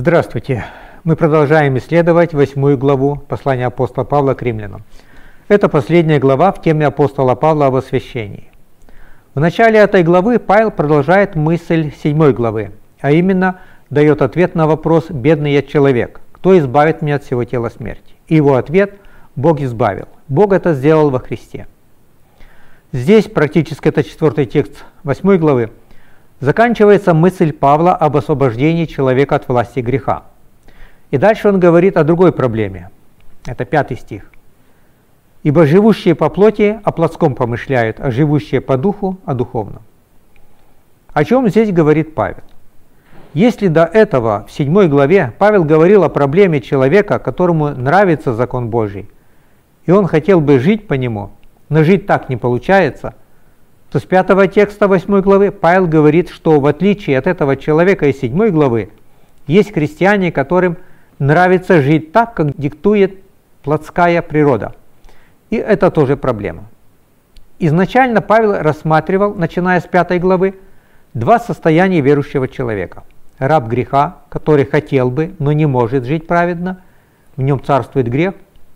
Здравствуйте! Мы продолжаем исследовать 8 главу послания апостола Павла к римлянам. Это последняя глава в теме апостола Павла об освящении. В начале этой главы Павел продолжает мысль 7 главы, а именно дает ответ на вопрос «Бедный я человек, кто избавит меня от всего тела смерти?» И его ответ «Бог избавил». Бог это сделал во Христе. Здесь, практически это 4 текст 8 главы, заканчивается мысль Павла об освобождении человека от власти греха. И дальше он говорит о другой проблеме. Это 5 стих. «Ибо живущие по плоти о плотском помышляют, а живущие по духу о духовном». О чем здесь говорит Павел? Если до этого в 7 главе Павел говорил о проблеме человека, которому нравится закон Божий, и он хотел бы жить по нему, но жить так не получается, то с 5 текста 8 главы Павел говорит, что в отличие от этого человека из 7 главы, есть христиане, которым нравится жить так, как диктует плотская природа. И это тоже проблема. Изначально Павел рассматривал, начиная с 5 главы, два состояния верующего человека. Раб греха, который хотел бы, но не может жить праведно, в нем царствует грех,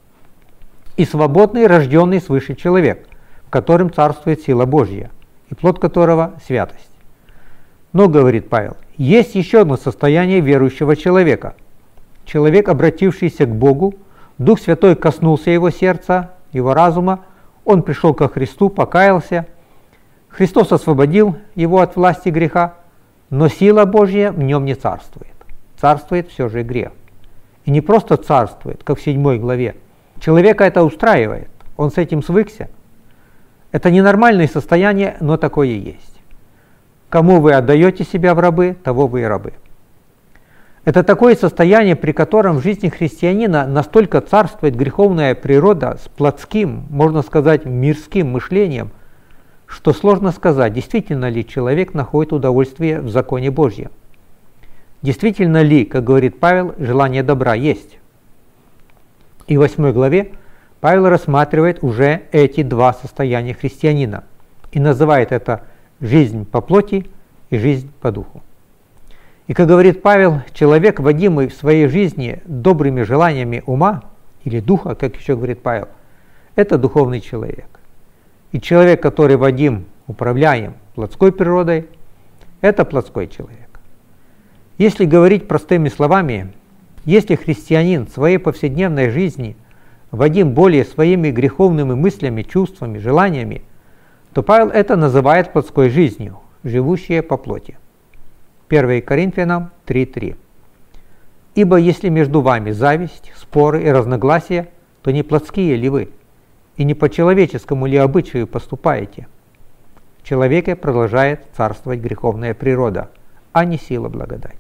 и свободный, рожденный свыше человек, в котором царствует сила Божья, и плод которого – святость. Но, говорит Павел, есть еще одно состояние верующего человека. Человек, обратившийся к Богу, Дух Святой коснулся его сердца, его разума, он пришел ко Христу, покаялся, Христос освободил его от власти греха, но сила Божья в нем не царствует. Царствует все же грех. И не просто царствует, как в 7 главе. Человека это устраивает, он с этим свыкся. Это ненормальное состояние, но такое есть. Кому вы отдаете себя в рабы, того вы и рабы. Это такое состояние, при котором в жизни христианина настолько царствует греховная природа с плотским, можно сказать, мирским мышлением, что сложно сказать, действительно ли человек находит удовольствие в законе Божьем. Действительно ли, как говорит Павел, желание добра есть. И в 8 главе Павел рассматривает уже эти два состояния христианина и называет это жизнь по плоти и жизнь по духу. И, как говорит Павел, человек, водимый в своей жизни добрыми желаниями ума или духа, как еще говорит Павел, это духовный человек. И человек, который водим, управляем плотской природой, это плотской человек. Если говорить простыми словами, если христианин в своей повседневной жизни водим более своими греховными мыслями, чувствами, желаниями, то Павел это называет плотской жизнью, живущей по плоти. 1 Коринфянам 3:3. «Ибо если между вами зависть, споры и разногласия, то не плотские ли вы, и не по человеческому ли обычаю поступаете? В человеке продолжает царствовать греховная природа, а не сила благодати».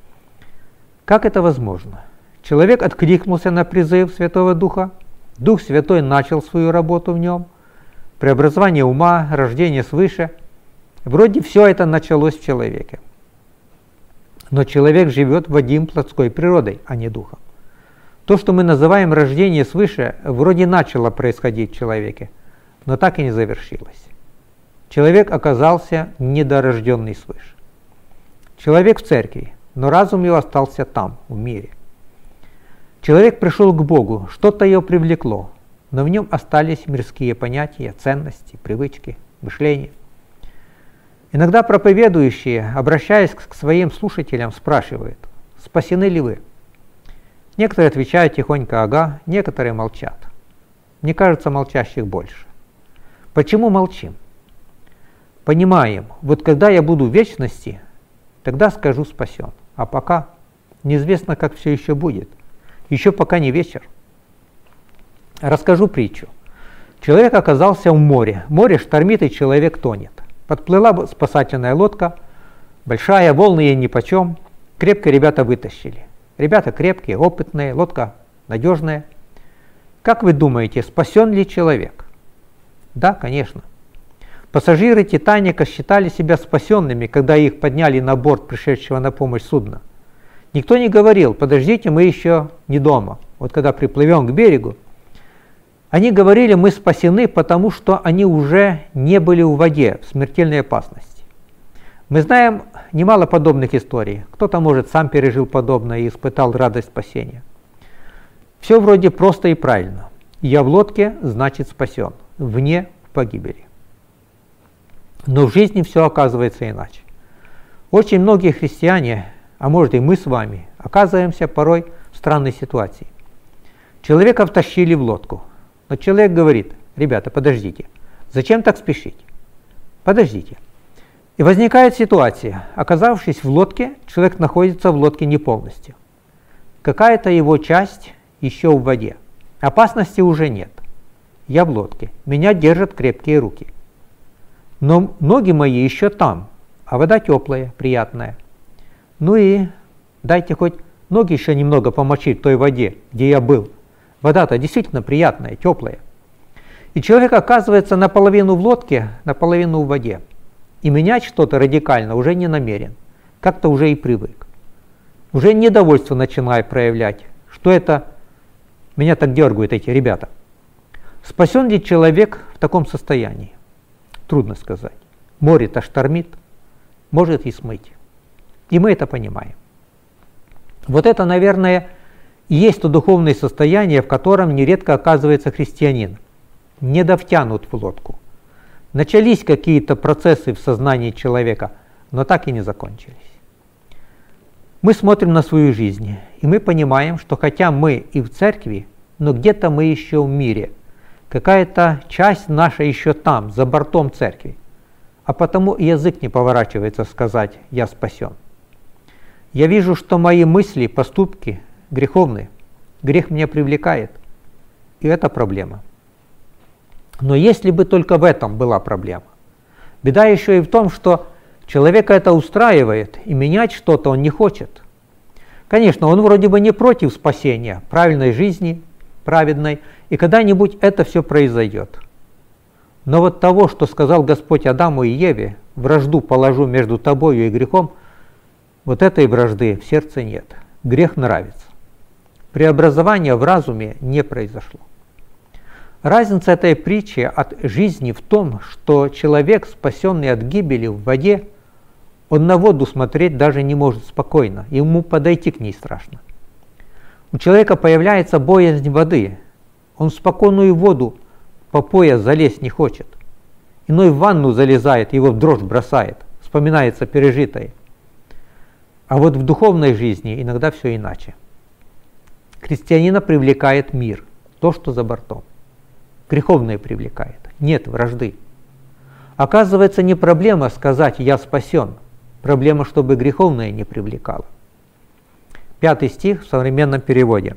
Как это возможно? Человек откликнулся на призыв Святого Духа, Дух Святой начал свою работу в нем, преобразование ума, рождение свыше. Вроде все это началось в человеке. Но человек живет водим плотской природой, а не духом. То, что мы называем рождение свыше, вроде начало происходить в человеке, но так и не завершилось. Человек оказался недорожденный свыше. Человек в церкви, но разум его остался там, в мире. Человек пришел к Богу, что-то его привлекло, но в нем остались мирские понятия, ценности, привычки, мышления. Иногда проповедующие, обращаясь к своим слушателям, спрашивают: «Спасены ли вы?» Некоторые отвечают тихонько «ага», некоторые молчат. Мне кажется, молчащих больше. Почему молчим? Понимаем, вот когда я буду в вечности, тогда скажу спасен, а пока неизвестно, как все еще будет. Еще пока не вечер. Расскажу притчу. Человек оказался в море. Море штормит, и человек тонет. Подплыла спасательная лодка, большая, волны ей нипочем. Крепко ребята вытащили. Ребята крепкие, опытные, лодка надежная. Как вы думаете, спасен ли человек? Да, конечно. Пассажиры «Титаника» считали себя спасенными, когда их подняли на борт пришедшего на помощь судна. Никто не говорил: подождите, мы еще не дома. Вот когда приплывем к берегу, они говорили: мы спасены, потому что они уже не были в воде, в смертельной опасности. Мы знаем немало подобных историй. Кто-то, может, сам пережил подобное и испытал радость спасения. Все вроде просто и правильно. Я в лодке, значит спасен, вне погибели. Но в жизни все оказывается иначе. Очень многие христиане, а может и мы с вами, оказываемся порой в странной ситуации. Человека втащили в лодку, но человек говорит: ребята, подождите, зачем так спешить? Подождите. И возникает ситуация: оказавшись в лодке, человек находится в лодке не полностью. Какая-то его часть еще в воде. Опасности уже нет. Я в лодке, меня держат крепкие руки. Но ноги мои еще там, а вода теплая, приятная. Ну и дайте хоть ноги еще немного помочить в той воде, где я был. Вода-то действительно приятная, теплая. И человек оказывается наполовину в лодке, наполовину в воде. И менять что-то радикально уже не намерен. Как-то уже и привык. Уже недовольство начинает проявлять. Что это меня так дергают эти ребята? Спасен ли человек в таком состоянии? Трудно сказать. Море-то штормит, может и смыть. И мы это понимаем. Вот это, наверное, и есть то духовное состояние, в котором нередко оказывается христианин. Недовтянут в лодку. Начались какие-то процессы в сознании человека, но так и не закончились. Мы смотрим на свою жизнь, и мы понимаем, что хотя мы и в церкви, но где-то мы еще в мире. Какая-то часть наша еще там, за бортом церкви. А потому язык не поворачивается сказать: я спасен. Я вижу, что мои мысли, поступки греховны. Грех меня привлекает. И это проблема. Но если бы только в этом была проблема. Беда еще и в том, что человека это устраивает, и менять что-то он не хочет. Конечно, он вроде бы не против спасения, правильной жизни, праведной, и когда-нибудь это все произойдет. Но вот того, что сказал Господь Адаму и Еве: вражду положу между тобою и грехом, вот этой вражды в сердце нет. Грех нравится. Преобразование в разуме не произошло. Разница этой притчи от жизни в том, что человек, спасенный от гибели в воде, он на воду смотреть даже не может спокойно, ему подойти к ней страшно. У человека появляется боязнь воды, он в спокойную воду по пояс залезть не хочет. Иной в ванну залезает, его в дрожь бросает, вспоминается пережитое. А вот в духовной жизни иногда все иначе. Христианина привлекает мир, то, что за бортом. Греховное привлекает, нет вражды. Оказывается, не проблема сказать «я спасен», проблема, чтобы греховное не привлекало. 5 стих в современном переводе.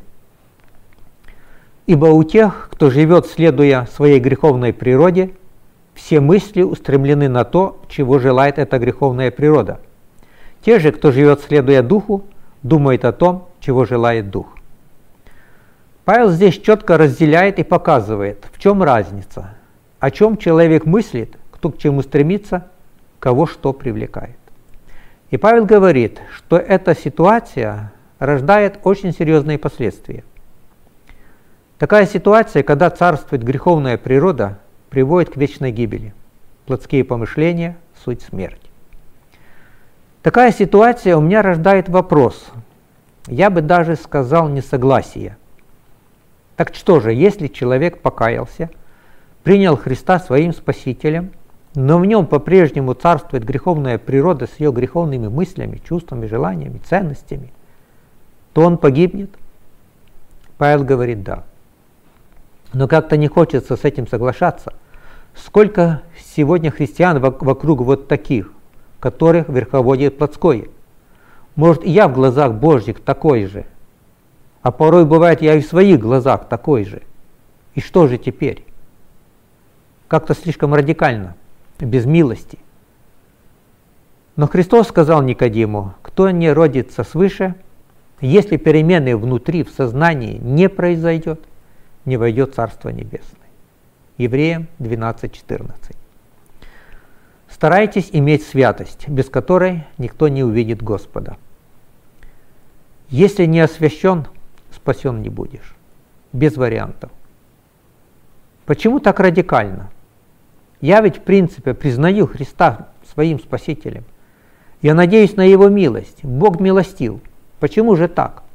«Ибо у тех, кто живет, следуя своей греховной природе, все мысли устремлены на то, чего желает эта греховная природа. Те же, кто живет, следуя духу, думает о том, чего желает дух». Павел здесь четко разделяет и показывает, в чем разница, о чем человек мыслит, кто к чему стремится, кого что привлекает. И Павел говорит, что эта ситуация рождает очень серьезные последствия. Такая ситуация, когда царствует греховная природа, приводит к вечной гибели. Плотские помышления – суть смерть. Такая ситуация у меня рождает вопрос, я бы даже сказал несогласие. Так что же, если человек покаялся, принял Христа своим Спасителем, но в нем по-прежнему царствует греховная природа с ее греховными мыслями, чувствами, желаниями, ценностями, то он погибнет? Павел говорит да. Но как-то не хочется с этим соглашаться. Сколько сегодня христиан вокруг вот таких, которых верховодит плотское? Может, и я в глазах Божьих такой же, а порой бывает я и в своих глазах такой же. И что же теперь? Как-то слишком радикально, без милости. Но Христос сказал Никодиму: кто не родится свыше, если перемены внутри, в сознании не произойдет, не войдет в Царство Небесное. Евреям 12:14. Старайтесь иметь святость, без которой никто не увидит Господа. Если не освящен, спасен не будешь. Без вариантов. Почему так радикально? Я ведь в принципе признаю Христа своим Спасителем. Я надеюсь на Его милость. Бог милостив. Почему же так?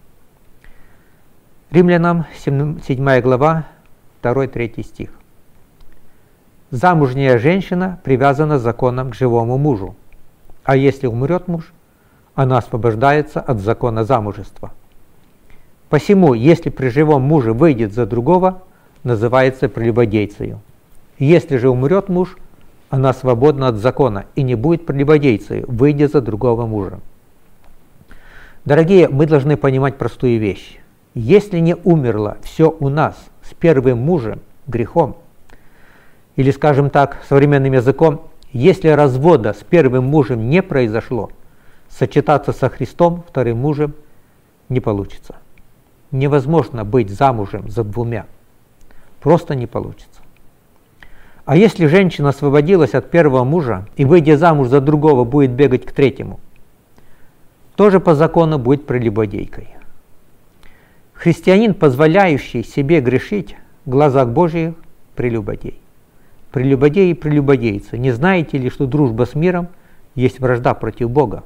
Римлянам 7 глава, 2-3 стих. Замужняя женщина привязана законом к живому мужу, а если умрет муж, она освобождается от закона замужества. Посему, если при живом муже выйдет за другого, называется прелюбодейцею. Если же умрет муж, она свободна от закона и не будет прелюбодейцею, выйдя за другого мужа. Дорогие, мы должны понимать простую вещь. Если не умерло все у нас с первым мужем, грехом, или, скажем так, современным языком, если развода с первым мужем не произошло, сочетаться со Христом, вторым мужем, не получится. Невозможно быть замужем за двумя. Просто не получится. А если женщина освободилась от первого мужа и, выйдя замуж за другого, будет бегать к третьему, тоже по закону будет прелюбодейкой. Христианин, позволяющий себе грешить в глазах Божьих, прелюбодей. Прелюбодеи и прелюбодейцы, не знаете ли, что дружба с миром есть вражда против Бога?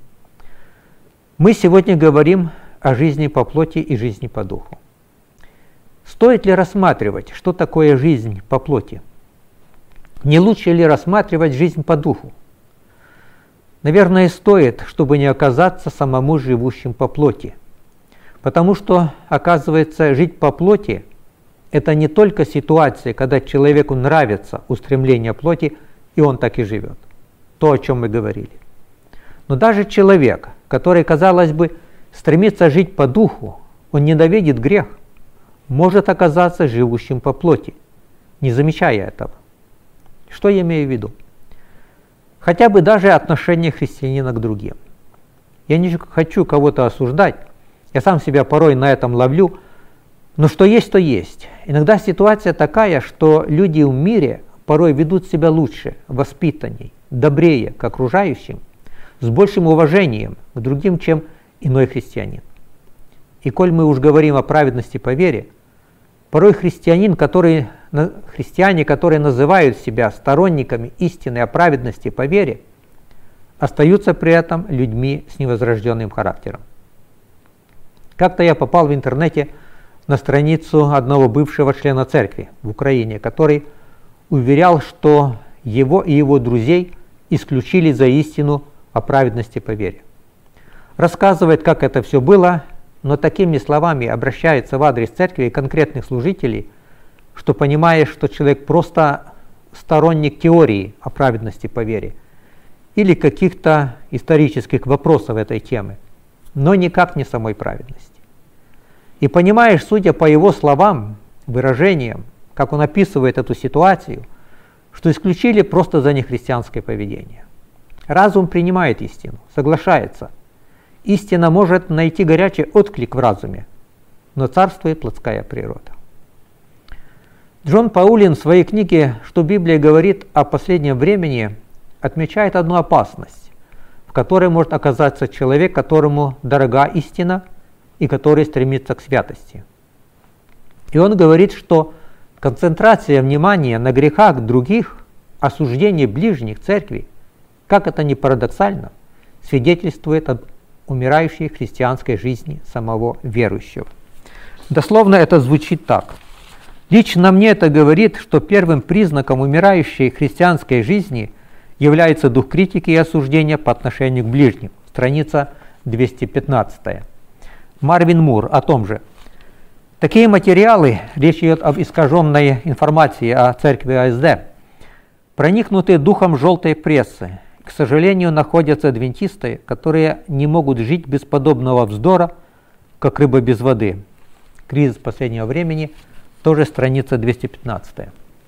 Мы сегодня говорим о жизни по плоти и жизни по духу. Стоит ли рассматривать, что такое жизнь по плоти? Не лучше ли рассматривать жизнь по духу? Наверное, стоит, чтобы не оказаться самому живущим по плоти. Потому что, оказывается, жить по плоти – это не только ситуация, когда человеку нравится устремление плоти, и он так и живет. То, о чем мы говорили. Но даже человек, который, казалось бы, стремится жить по духу, он ненавидит грех, может оказаться живущим по плоти, не замечая этого. Что я имею в виду? Хотя бы даже отношение христианина к другим. Я не хочу кого-то осуждать, я сам себя порой на этом ловлю, но что есть, то есть. Иногда ситуация такая, что люди в мире порой ведут себя лучше, воспитанней, добрее к окружающим, с большим уважением к другим, чем иной христианин. И коль мы уж говорим о праведности по вере, порой христиане, которые называют себя сторонниками истины о праведности по вере, остаются при этом людьми с невозрожденным характером. Как-то я попал в интернете на страницу одного бывшего члена церкви в Украине, который уверял, что его и его друзей исключили за истину о праведности по вере. Рассказывает, как это все было, но такими словами обращается в адрес церкви и конкретных служителей, что понимаешь, что человек просто сторонник теории о праведности по вере или каких-то исторических вопросов этой темы, но никак не самой праведности. И понимаешь, судя по его словам, выражениям, как он описывает эту ситуацию, что исключили просто за нехристианское поведение. Разум принимает истину, соглашается. Истина может найти горячий отклик в разуме, но царствует плотская природа. Джон Паулин в своей книге «Что Библия говорит о последнем времени» отмечает одну опасность, в которой может оказаться человек, которому дорога истина и который стремится к святости. И он говорит, что концентрация внимания на грехах других, осуждение ближних церкви, как это ни парадоксально, свидетельствует об умирающей христианской жизни самого верующего. Дословно это звучит так. Лично мне это говорит, что первым признаком умирающей христианской жизни является дух критики и осуждения по отношению к ближним. Страница 215. Марвин Мур о том же. Такие материалы, речь идет об искаженной информации о церкви АСД, проникнутые духом желтой прессы. К сожалению, находятся адвентисты, которые не могут жить без подобного вздора, как рыба без воды. Кризис последнего времени, тоже страница 215.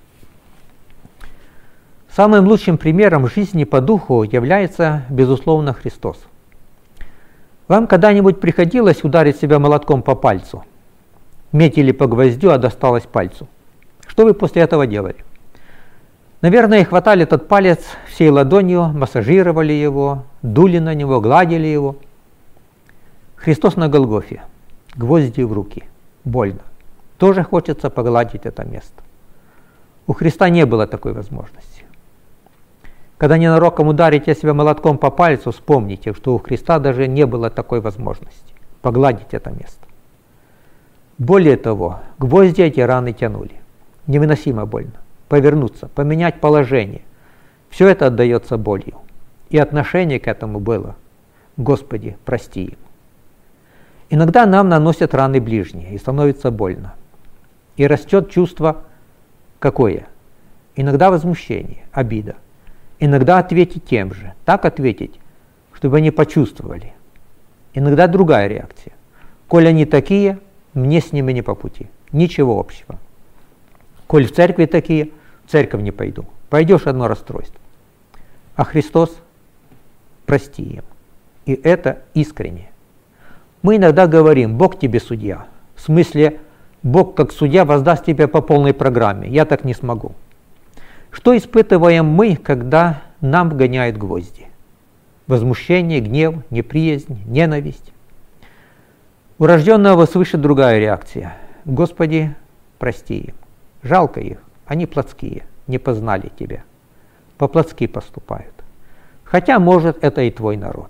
Самым лучшим примером жизни по духу является, безусловно, Христос. Вам когда-нибудь приходилось ударить себя молотком по пальцу? Метили по гвоздю, а досталось пальцу. Что вы после этого делали? Наверное, хватали этот палец всей ладонью, массажировали его, дули на него, гладили его. Христос на Голгофе. Гвозди в руки. Больно. Тоже хочется погладить это место. У Христа не было такой возможности. Когда ненароком ударите себя молотком по пальцу, вспомните, что у Христа даже не было такой возможности погладить это место. Более того, гвозди эти раны тянули. Невыносимо больно. Повернуться, поменять положение. Все это отдается болью. И отношение к этому было: Господи, прости им. Иногда нам наносят раны ближние, и становится больно. И растет чувство какое? Иногда возмущение, обида. Иногда ответить тем же. Так ответить, чтобы они почувствовали. Иногда другая реакция. Коль они такие, мне с ними не по пути. Ничего общего. Коль в церкви такие, в церковь не пойду. Пойдешь — одно расстройство. А Христос: прости им. И это искренне. Мы иногда говорим: Бог тебе судья. В смысле, Бог как судья воздаст тебе по полной программе. Я так не смогу. Что испытываем мы, когда нам вгоняют гвозди? Возмущение, гнев, неприязнь, ненависть. У рожденного свыше другая реакция. Господи, прости им. Жалко их, они плотские, не познали тебя. По-плотски поступают. Хотя, может, это и твой народ.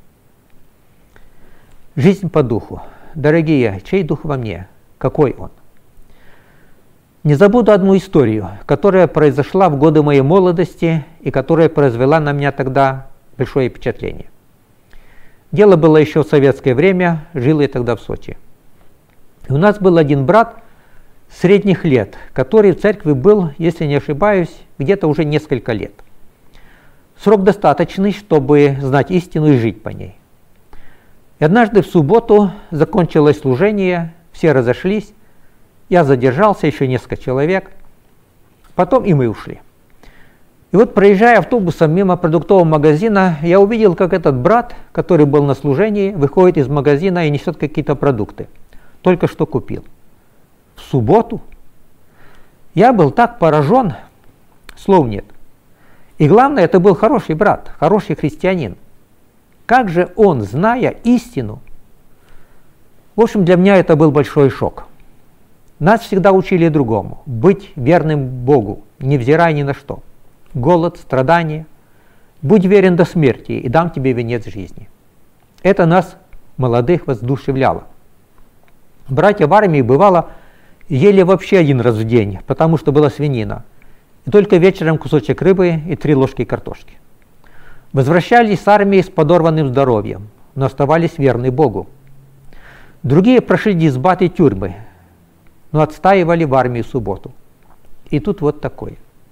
Жизнь по духу. Дорогие, чей дух во мне? Какой он? Не забуду одну историю, которая произошла в годы моей молодости и которая произвела на меня тогда большое впечатление. Дело было еще в советское время, жил я тогда в Сочи. И у нас был один брат средних лет, который в церкви был, если не ошибаюсь, где-то уже несколько лет. Срок достаточный, чтобы знать истину и жить по ней. И однажды в субботу закончилось служение, все разошлись, я задержался, еще несколько человек, потом и мы ушли. И вот, проезжая автобусом мимо продуктового магазина, я увидел, как этот брат, который был на служении, выходит из магазина и несет какие-то продукты. Только что купил. В субботу? Я был так поражен, слов нет. И главное, это был хороший брат, хороший христианин. Как же он, зная истину? В общем, для меня это был большой шок. Нас всегда учили другому: быть верным Богу, невзирая ни на что. Голод, страдания. Будь верен до смерти, и дам тебе венец жизни. Это нас, молодых, воодушевляло. Братья в армии, бывало, ели вообще один раз в день, потому что была свинина. И только вечером кусочек рыбы и 3 ложки картошки. Возвращались с армии с подорванным здоровьем, но оставались верны Богу. Другие прошли дисбат и тюрьмы, но отстаивали в армии субботу. И тут вот такое.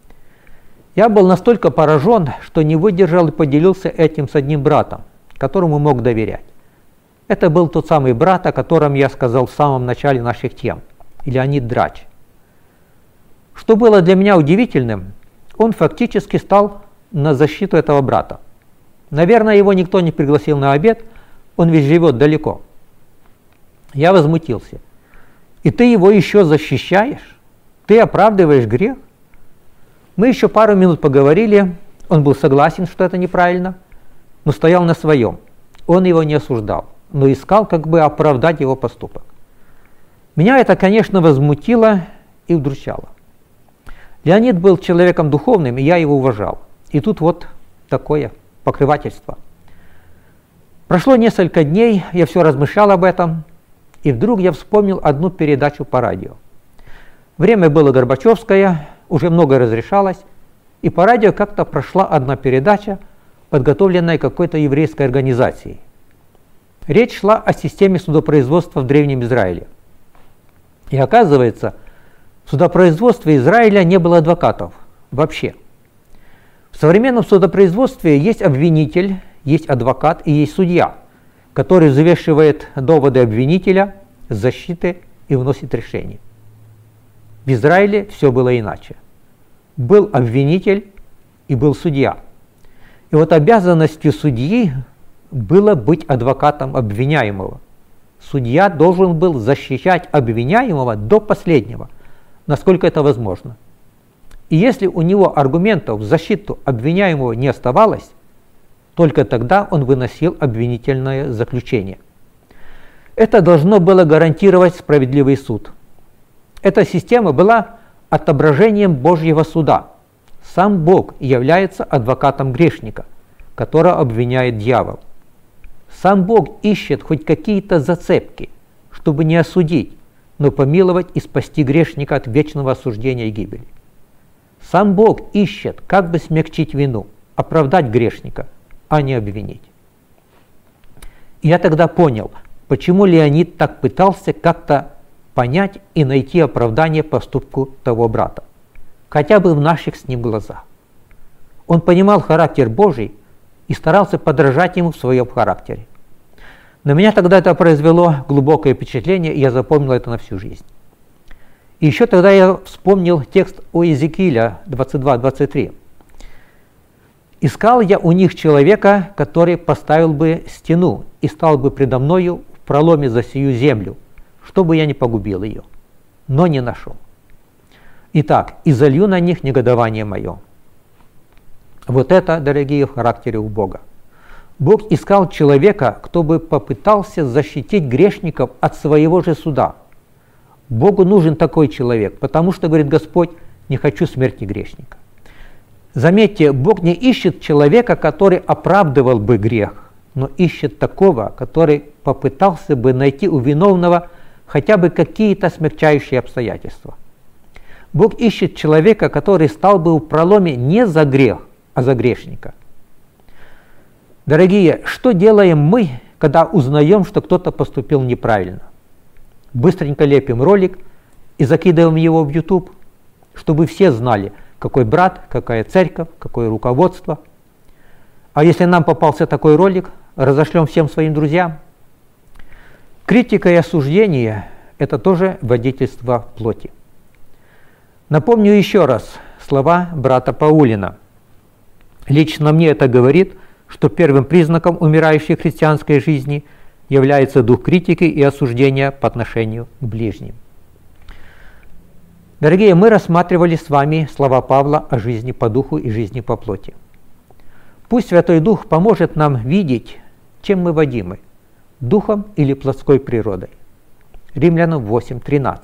Я был настолько поражен, что не выдержал и поделился этим с одним братом, которому мог доверять. Это был тот самый брат, о котором я сказал в самом начале наших тем, Леонид Драч. Что было для меня удивительным, он фактически стал на защиту этого брата. Наверное, его никто не пригласил на обед, он ведь живет далеко. Я возмутился. И ты его еще защищаешь? Ты оправдываешь грех? Мы еще пару минут поговорили, он был согласен, что это неправильно, но стоял на своем. Он его не осуждал, но искал как бы оправдать его поступок. Меня это, конечно, возмутило и удручало. Леонид был человеком духовным, и я его уважал. И тут вот такое покрывательство. Прошло несколько дней, я все размышлял об этом, и вдруг я вспомнил одну передачу по радио. Время было Горбачевское, уже многое разрешалось, и по радио как-то прошла одна передача, подготовленная какой-то еврейской организацией. Речь шла о системе судопроизводства в Древнем Израиле. И оказывается, в судопроизводстве Израиля не было адвокатов вообще. В современном судопроизводстве есть обвинитель, есть адвокат и есть судья, который взвешивает доводы обвинителя, защиты и выносит решение. В Израиле все было иначе. Был обвинитель и был судья. И вот обязанностью судьи было быть адвокатом обвиняемого. Судья должен был защищать обвиняемого до последнего, насколько это возможно. И если у него аргументов в защиту обвиняемого не оставалось, только тогда он выносил обвинительное заключение. Это должно было гарантировать справедливый суд. Эта система была отображением Божьего суда, Сам Бог является адвокатом грешника, которого обвиняет дьявол. Сам Бог ищет хоть какие-то зацепки, чтобы не осудить, но помиловать и спасти грешника от вечного осуждения и гибели. Сам Бог ищет, как бы смягчить вину, оправдать грешника, а не обвинить. И я тогда понял, почему Леонид так пытался как-то понять и найти оправдание поступку того брата, хотя бы в наших с ним глазах. Он понимал характер Божий и старался подражать ему в своем характере. На меня тогда это произвело глубокое впечатление, и я запомнил это на всю жизнь. И еще тогда я вспомнил текст о Иезекииля 22-23. «Искал я у них человека, который поставил бы стену и стал бы предо мною в проломе за сию землю, чтобы я не погубил ее, но не нашел. Итак, и залью на них негодование мое». Вот это, дорогие, в характере у Бога. Бог искал человека, кто бы попытался защитить грешников от своего же суда. Богу нужен такой человек, потому что, говорит Господь, не хочу смерти грешника. Заметьте, Бог не ищет человека, который оправдывал бы грех, но ищет такого, который попытался бы найти у виновного хотя бы какие-то смягчающие обстоятельства. Бог ищет человека, который стал бы в проломе не за грех, а за грешника. Дорогие, что делаем мы, когда узнаем, что кто-то поступил неправильно? Быстренько лепим ролик и закидываем его в YouTube, чтобы все знали, какой брат, какая церковь, какое руководство. А если нам попался такой ролик, разошлем всем своим друзьям. Критика и осуждение – это тоже водительство плоти. Напомню еще раз слова брата Паулина. Лично мне это говорит, что первым признаком умирающей христианской жизни является дух критики и осуждения по отношению к ближним. Дорогие, мы рассматривали с вами слова Павла о жизни по духу и жизни по плоти. Пусть Святой Дух поможет нам видеть, чем мы водимы – духом или плотской природой. Римлянам 8:13.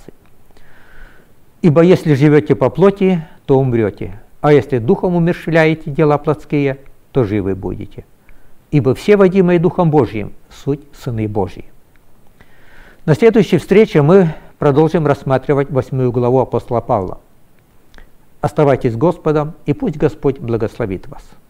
«Ибо если живете по плоти, то умрете, а если духом умерщвляете дела плотские, то живы будете. Ибо все водимые Духом Божьим суть сыны Божьи». На следующей встрече мы продолжим рассматривать 8 главу апостола Павла. Оставайтесь с Господом, и пусть Господь благословит вас.